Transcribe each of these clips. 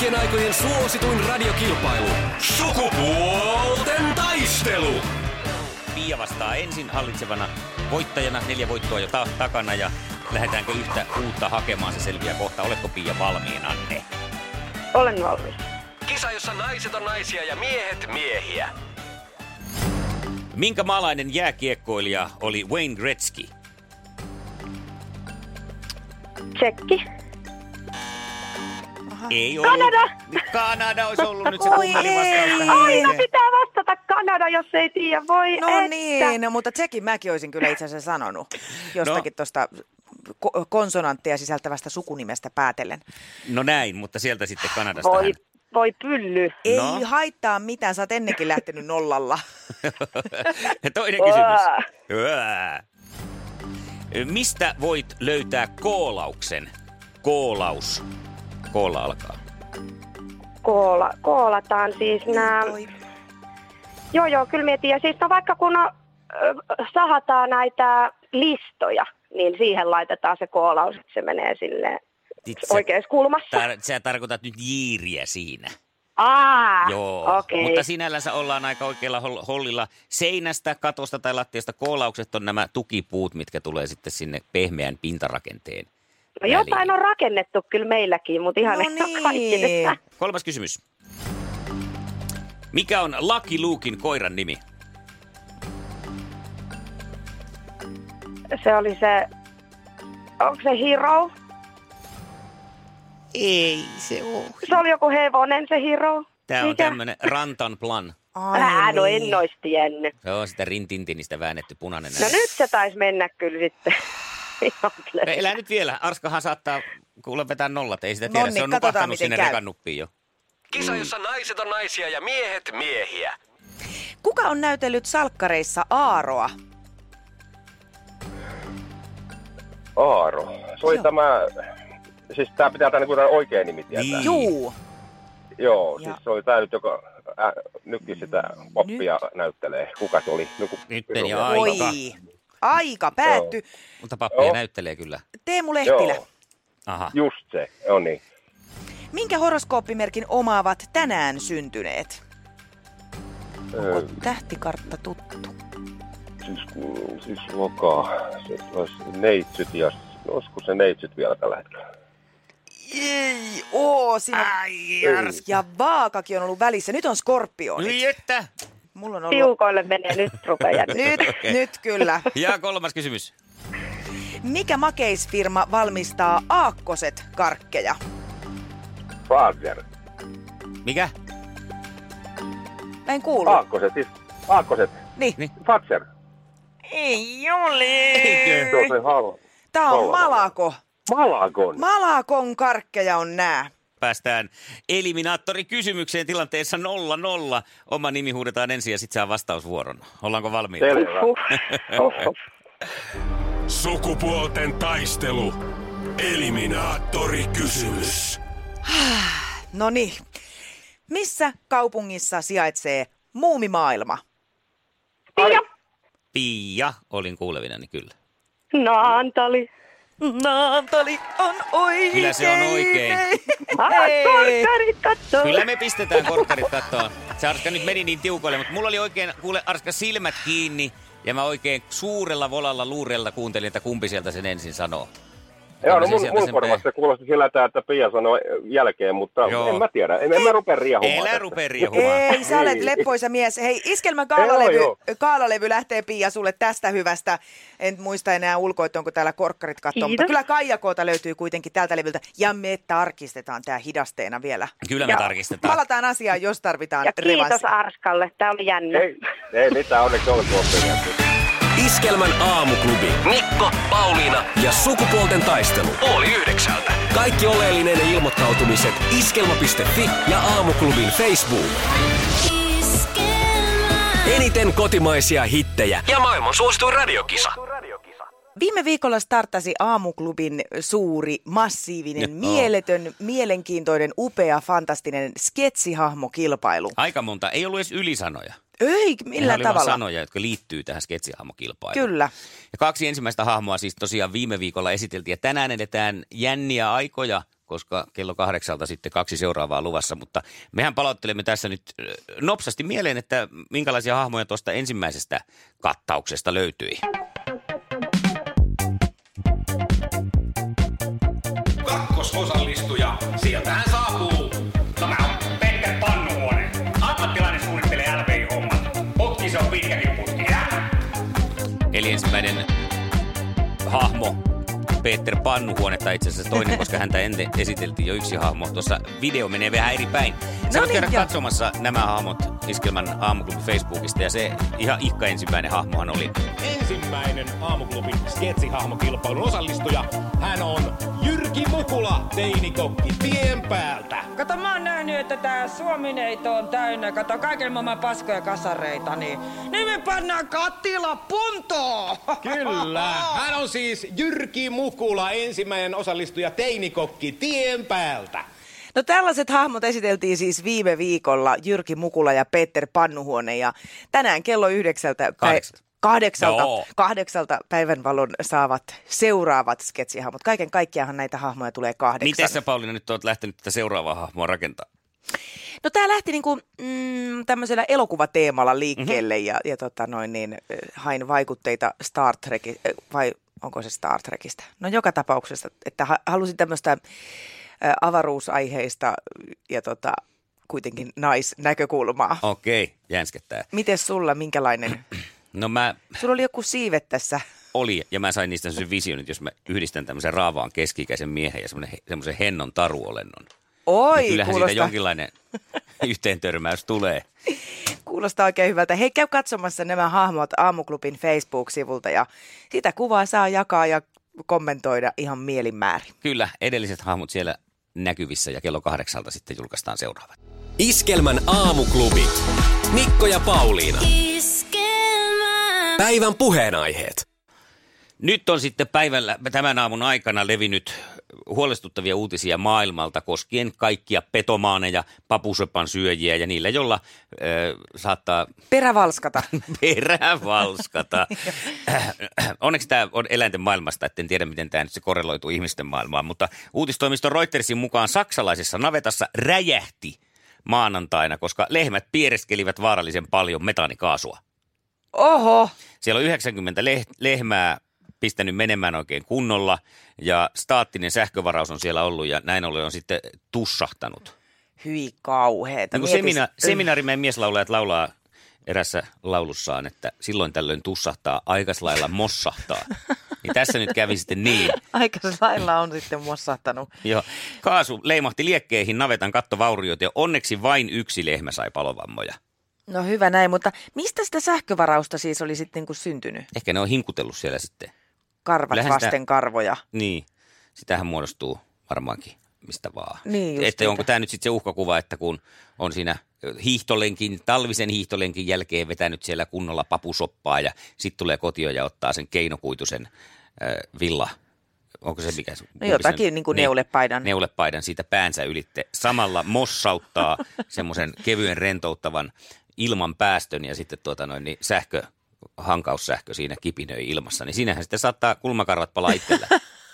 Kaikkien aikojen suosituin radiokilpailu. Sukupuolten taistelu. Pia vastaa ensin hallitsevana voittajana. 4 voittoa jo takana ja lähdetäänkö yhtä uutta hakemaan, se selviää kohta. Oletko Pia valmiinanne? Olen valmis. Kisa, jossa naiset on naisia ja miehet miehiä. Minkä maalainen jääkiekkoilija oli Wayne Gretzky? Tsekki. Ei ollut. Kanada! Kanada olisi ollut nyt se kummeli vastaus. Aina pitää vastata Kanada, jos ei tiedä. Voi No että. niin, no, mutta Tsekin mäkin olisin kyllä itse asiassa sanonut jostakin tuosta konsonanttia sisältävästä sukunimestä päätellen. No näin, mutta sieltä sitten Kanadasta hän. Voi pylly. Ei No. haittaa mitään, sä oot ennenkin lähtenyt nollalla. Toinen kysymys. Mistä voit löytää koolauksen? Koolaus. Koola alkaa. Koolataan siis nämä... Joo, kyllä mietin. Ja siis no vaikka kun sahataan näitä listoja, niin siihen laitetaan se koolaus, että se menee silleen oikeassa kulmassa. Sä tarkoitat nyt jiiriä siinä. Joo, okei. Mutta sinällänsä ollaan aika oikealla hollilla. Seinästä, katosta tai lattiasta koolaukset on nämä tukipuut, mitkä tulee sitten sinne pehmeän pintarakenteen. No jotain on rakennettu kyllä meilläkin, mutta ihan No ei ole kaikki nyt. 3. kysymys. Mikä on Lucky Luken koiran nimi? Se oli se, onko se Hero? Ei se ole. Se oli joku hevonen se Hero. Tämä on Mikä? tämmöinen Rantanplan. No en ois tiennyt. Se on sitä rintintinistä väännetty punainen. No nyt se taisi mennä kyllä sitten. Elää nyt vielä. Arskahan saattaa kuule vetää nollat. Ei sitä tiedä. Nonni, Se on katsotaan, nukahtanut miten sinne käy. rekan nuppiin jo. Kisa, jossa naiset on naisia ja miehet miehiä. Kuka on näytellyt salkkareissa Aaroa? Aaro. Se oli tämä, siis tää pitää tää niinku oikea nimi tietää. Niin. Juu. Joo, Ja- siis se oli tää nyt, joka nytkin sitä poppia näyttelee. Kuka se oli? Nyt meni aika. Oi. Aika päättyi. Mutta pappia Joo. näyttelee kyllä. Teemu Lehtilä. Joo, Aha. just se, on niin. Minkä horoskooppimerkin omaavat tänään syntyneet? Onko tähtikartta tuttu? Siis se olisi neitsyt ja olisiko se neitsyt vielä tällä hetkellä? Ei, siinä... Ja Vaakakin on ollut välissä. Nyt on Skorpionit. Niin että. Mulla on ollut... Tiukoille menee nyt rupeaa. Nyt kyllä. Ja 3. kysymys. Mikä makeisfirma valmistaa aakkoset karkkeja? Fazer. Mikä? Mä en kuulu. Aakkoset, siis Aakkoset. Niin. Fazer. Ei ole. Eikö? Se on se halva. Tää on Malako. Malakon. Malakon karkkeja on nää. Päästään eliminaattorikysymykseen tilanteessa 0-0. Oma nimi huudetaan ensin ja sitten saa vastausvuoron. Ollaanko valmiita? Selvä. Sukupuolten taistelu. Eliminaattorikysymys. Noniin. Missä kaupungissa sijaitsee Muumimaailma? Pia, olin kuulevinani kyllä. Naantali. Naantali on oikein. Kyllä se on oikein. Korkkarit kattoo. Kyllä me pistetään korkkarit kattoon. Se Arska nyt meni niin tiukoille, mutta mulla oli oikein, kuule Arska, silmät kiinni. Ja mä oikein suurella volalla luurella kuuntelin, että kumpi sieltä sen ensin sanoo. Joo, no Kumpi se sieltä mun sen korvassa kuulosti sillä, että Pia sanoi jälkeen, mutta Joo. en mä tiedä. En mä rupea riehumaan. Elä tästä. rupea riehumaan. Ei, sä olet Niin. leppoisa mies. Hei, Iskelmän Joo. kaalalevy lähtee, Pia, sulle tästä hyvästä. En muista enää ulkoa, että onko täällä korkkarit kattoon, mutta Kiitos. kyllä Kaijakoota löytyy kuitenkin tältä levyltä. Ja me tarkistetaan tää hidasteena vielä. Kyllä me Joo. tarkistetaan. Palataan asiaan, jos tarvitaan Ja kiitos revanssi. Arskalle. Tää oli jännä. Ei mitään, onneksi olkoon Pia. Iskelmän aamuklubi. Mikko, Pauliina ja sukupuolten taistelu. 8:30. Kaikki oleellinen ilmoittautumiset iskelma.fi ja aamuklubin Facebook. Eniten kotimaisia hittejä ja maailman suosituin radiokisa. Viime viikolla starttasi Aamuklubin suuri, massiivinen, Joo. mieletön, mielenkiintoinen, upea, fantastinen sketsihahmokilpailu. Aika monta. Ei ollut edes ylisanoja. Ei, Nehän millään oli vaan tavalla. sanoja, jotka liittyy tähän sketsihahmokilpailuun. Kyllä. Ja 2 ensimmäistä hahmoa siis tosiaan viime viikolla esiteltiin. Ja tänään edetään jänniä aikoja, koska kello 8 sitten 2 seuraavaa luvassa, mutta mehän palauttelemme tässä nyt nopsasti mieleen, että minkälaisia hahmoja tuosta ensimmäisestä kattauksesta löytyi. Kakkososallistuja, sieltähän saapuu. Tämä on Petter Pannuhuone. Ammattilainen suunnittelee LVI-hommat. Putki se on pitkäkin putki. Eli ensimmäinen hahmo, Peter Pannuhuone, tai itse asiassa toinen, koska häntä esiteltiin jo yksi hahmo. Tuossa video menee vähän eri päin. Sä voit käydä katsomassa nämä hahmot Iskelmän aamuklubin Facebookista, ja se ihan ihka ensimmäinen hahmohan oli. Ensimmäinen aamuklubin sketsihahmokilpailun osallistuja. Hän on Jyrki Mukula, teinikokki tien päältä. Kato, mä oon nähnyt, että tää Suomineito on täynnä, kato, kaiken maailman paskoja kasareita, niin me pannaan kattila puntoon! Kyllä, hän on siis Jyrki Mukula, ensimmäinen osallistuja teinikokki tien päältä. No tällaiset hahmot esiteltiin siis viime viikolla, Jyrki Mukula ja Peter Pannuhuone, ja tänään kello 8 päivänvalon saavat seuraavat sketsihahmot. Kaiken kaikkiaan näitä hahmoja tulee 8. Miten sä, Pauliina, nyt oot lähtenyt tätä seuraavaa hahmoa rakentaa? No tää lähti niinku tämmöisellä elokuvateemalla liikkeelle ja hain vaikutteita Star Trek, vai onko se Star Trekistä? No joka tapauksessa, että halusin tämmöistä avaruusaiheista ja kuitenkin naisnäkökulmaa. Okei, jänskettää. Mites sulla, minkälainen? No Sulla oli joku siivet tässä. Oli, ja mä sain niistä sen vision, että jos mä yhdistän tämmöisen raavaan keski-ikäisen miehen ja semmoisen hennon taruolennon. Oi, niin kyllähän kuulostaa. siitä jonkinlainen yhteentörmäys tulee. Kuulostaa oikein hyvältä. Hei, käy katsomassa nämä hahmot Aamuklubin Facebook-sivulta ja sitä kuvaa saa jakaa ja kommentoida ihan mielinmäärin. Kyllä, edelliset hahmot siellä näkyvissä ja kello 8 sitten julkaistaan seuraavat. Iskelmän aamuklubi. Mikko ja Pauliina. Päivän puheenaiheet. Nyt on sitten tämän aamun aikana levinnyt huolestuttavia uutisia maailmalta koskien kaikkia petomaaneja, papusopan syöjiä ja niillä, jolla saattaa... Perävalskata. Perävalskata. Onneksi tämä on eläinten maailmasta, etten tiedä miten tämä nyt se korreloituu ihmisten maailmaan, mutta uutistoimiston Reutersin mukaan saksalaisessa navetassa räjähti maanantaina, koska lehmät piereskelivät vaarallisen paljon metaanikaasua. Oho! Siellä on 90 lehmää pistänyt menemään oikein kunnolla ja staattinen sähkövaraus on siellä ollut ja näin ollen on sitten tussahtanut. Hyi kauheeta. Niin seminaarimeidän mieslaulajat laulaa erässä laulussaan, että silloin tällöin tussahtaa, aikaslailla mossahtaa. Niin tässä nyt kävi sitten niin. Aikaslailla on sitten mossahtanut. Joo, kaasu leimahti liekkeihin navetan kattovauriot ja onneksi vain yksi lehmä sai palovammoja. No hyvä näin, mutta mistä sitä sähkövarausta siis oli sitten niin kuin syntynyt? Ehkä ne on hinkutellut siellä sitten. Karvat vasten karvoja. Niin, sitähän muodostuu varmaankin mistä vaan. Niin että onko tämä nyt sitten se uhkakuva, että kun on siinä talvisen hiihtolenkin jälkeen vetänyt siellä kunnolla papusoppaa ja sitten tulee kotio ja ottaa sen keinokuitusen villa. Onko se mikä? No jotakin niin kuin neulepaidan. Neulepaidan siitä päänsä ylitte. Samalla mossauttaa semmoisen kevyen rentouttavan ilman päästön ja sitten hankaussähkö siinä kipinöi ilmassa. Niin siinähän sitten saattaa kulmakarvat palaa itsellä.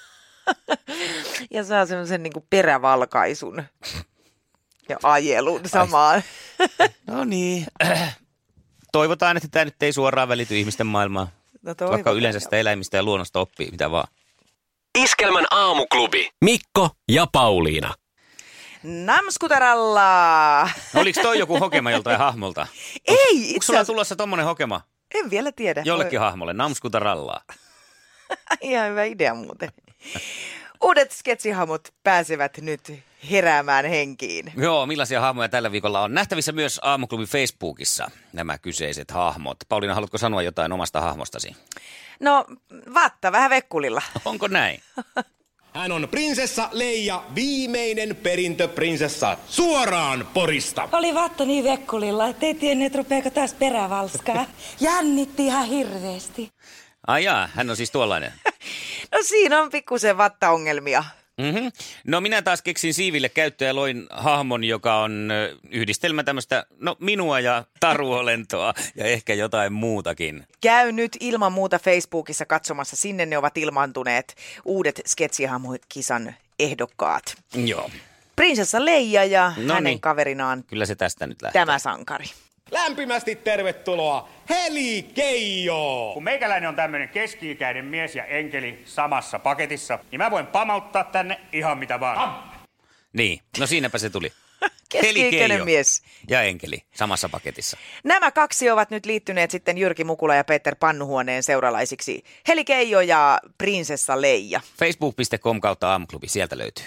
Ja saa semmoisen niin kuin perävalkaisun ja ajelun samaan. No niin. Toivotaan, että tämä nyt ei suoraan välity ihmisten maailmaan. No vaikka yleensä sitä eläimistä ja luonnosta oppii, mitä vaan. Iskelmän aamuklubi. Mikko ja Pauliina. Namskutaralla! No, oliko toi joku hokema joltain hahmolta? Ei, onko sulla tulossa tommonen hokema? En vielä tiedä. Jollekin hahmolle, Namskutarallaa. Ihan hyvä idea muuten. Uudet sketsihahmot pääsevät nyt heräämään henkiin. Joo, millaisia hahmoja tällä viikolla on? Nähtävissä myös Aamuklubin Facebookissa nämä kyseiset hahmot. Pauliina, haluatko sanoa jotain omasta hahmostasi? No, vatta vähän vekkulilla. Onko näin? Hän on prinsessa Leija, viimeinen perintöprinsessa suoraan Porista. Oli vatta niin vekkulilla, ettei tiennyt, rupeako taas perävalskaa. Jännitti ihan hirveästi. Ai jaa, hän on siis tuollainen. No siinä on pikkusen vattaongelmia. Mm-hmm. No minä taas keksin siiville käyttöä ja loin hahmon, joka on yhdistelmä tämmöistä, minua ja taruolentoa ja ehkä jotain muutakin. Käy nyt ilman muuta Facebookissa katsomassa, sinne ne ovat ilmaantuneet uudet sketsihahmokisan ehdokkaat. Joo. Prinsessa Leija ja hänen kaverinaan kyllä se tästä nyt lähtee. tämä sankari. Lämpimästi tervetuloa Heli Keijo! Kun meikäläinen on tämmönen keski-ikäinen mies ja enkeli samassa paketissa, niin mä voin pamauttaa tänne ihan mitä vaan. Niin, no siinäpä se tuli. Keski-ikäinen mies. Ja enkeli samassa paketissa. Nämä kaksi ovat nyt liittyneet sitten Jyrki Mukula ja Peter Pannuhuoneen seuralaisiksi. Heli Keijo ja Prinsessa Leija. Facebook.com/aamuklubi, sieltä löytyy.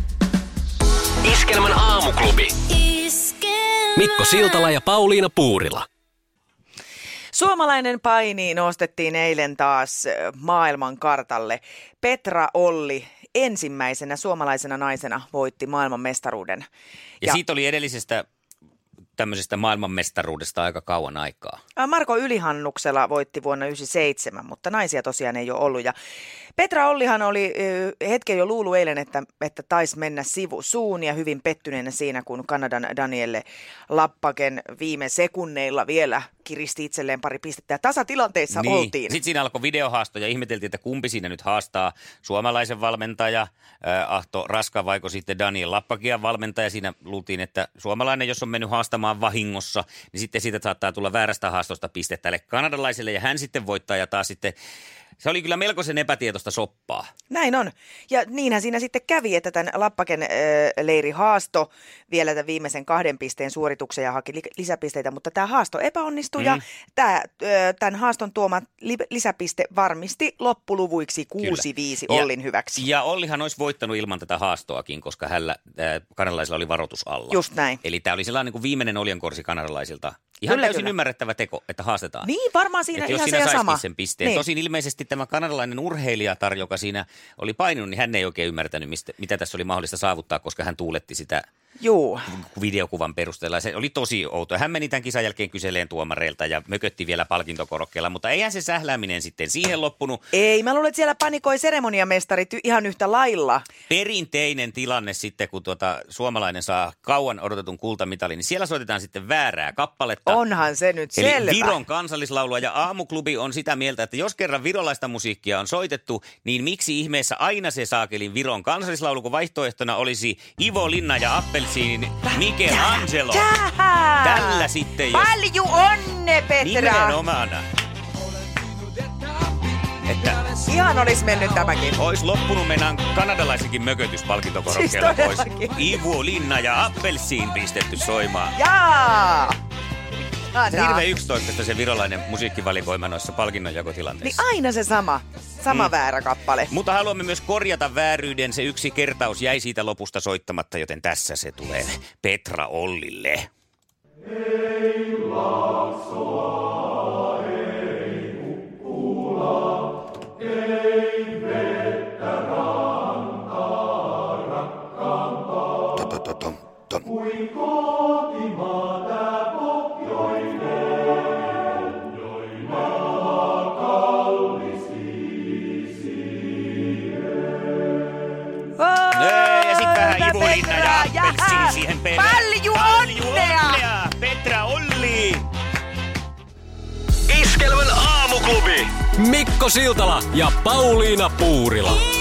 Iskelmän aamuklubi. Mikko Siltala ja Pauliina Puurila. Suomalainen paini nostettiin eilen taas maailman kartalle. Petra Olli ensimmäisenä suomalaisena naisena voitti maailmanmestaruuden. Ja siitä oli edellisestä tämmöisestä maailmanmestaruudesta aika kauan aikaa. Marko Ylihannuksella voitti vuonna 1997, mutta naisia tosiaan ei ole ollut. Ja Petra Ollihan oli hetken jo luullut eilen, että taisi mennä sivu suun ja hyvin pettyneenä siinä, kun Kanadan Danielle Lappaken viime sekunneilla vielä kiristi itselleen pari pistettä. Ja tasatilanteissa oltiin. Sitten siinä alkoi videohaasto ja ihmeteltiin, että kumpi siinä nyt haastaa suomalaisen valmentaja, Ahto Raska vaiko sitten Daniel Lappakian valmentaja. Siinä luultiin, että suomalainen, jos on mennyt haastamaan vahingossa, niin sitten siitä saattaa tulla väärästä haastosta pistettä tälle kanadalaiselle ja hän sitten voittaa ja taas sitten... Se oli kyllä melkoisen epätietoista soppaa. Näin on. Ja niinhän siinä sitten kävi, että tämän Lappaken leiri haasto vielä tämän viimeisen 2 pisteen suorituksen ja haki lisäpisteitä, mutta tämä haasto epäonnistui ja tämän haaston tuoma lisäpiste varmisti loppuluvuiksi 6-5 Ollin hyväksi. Ja Ollihan olisi voittanut ilman tätä haastoakin, koska hänellä kanadalaisilla oli varoitus alla. Just näin. Eli tämä oli sellainen niin kuin viimeinen oljenkorsi kanadalaisilta. Ihan täysin ymmärrettävä teko, että haastetaan. Niin, varmaan siinä että ihan se ja sama. Jos sen pisteen. Niin. Tosin ilmeisesti tämä kanadalainen urheilijatar, joka siinä oli painunut, niin hän ei oikein ymmärtänyt, mitä tässä oli mahdollista saavuttaa, koska hän tuuletti sitä videokuvan perusteella. Se oli tosi outo. Hän meni tämän kisan jälkeen kyseleen tuomareilta ja mökötti vielä palkintokorokkeella, mutta eihän se sählääminen sitten siihen loppunut. Ei, mä luulen, että siellä panikoi seremoniamestarit ihan yhtä lailla. Perinteinen tilanne sitten, kun suomalainen saa kauan odotetun kultamitalin, niin siellä soitetaan sitten väärää kappaletta. Onhan se nyt eli selvä. Viron kansallislaulua ja aamuklubi on sitä mieltä, että jos kerran virolaista musiikkia on soitettu, niin miksi ihmeessä aina se saakelin Viron kansallislaulu, kun vaihtoehtona olisi Ivo Linna ja Appelsiinin Michelangelo. Tällä sitten jos... Paljon onne, Petra! Nimenomaan. Että ihan olisi mennyt tämäkin. Ois loppunut meidän kanadalaisenkin mökötys palkintokorokkeella pois. Ivo Linna ja Appelsiin pistetty soimaan. Jaa! Se hirveän yksitoikkaista se virolainen musiikkivalikoima noissa palkinnonjakotilanteissa. Niin aina se sama väärä kappale. Mutta haluamme myös korjata vääryyden. Se yksi kertaus jäi siitä lopusta soittamatta, joten tässä se tulee Petra Ollille. Ei laksoa, ei kukkula, ei vettä rantaa rakkaampaa. Kuin kotimaa tää pohjoinen, joina kallis ja sit vähän Ivo Linna ja Appelsiin siihen perään. Paljon onnea! Petra Olli! Iskelmän aamuklubi. Mikko Siltala ja Pauliina Puurila.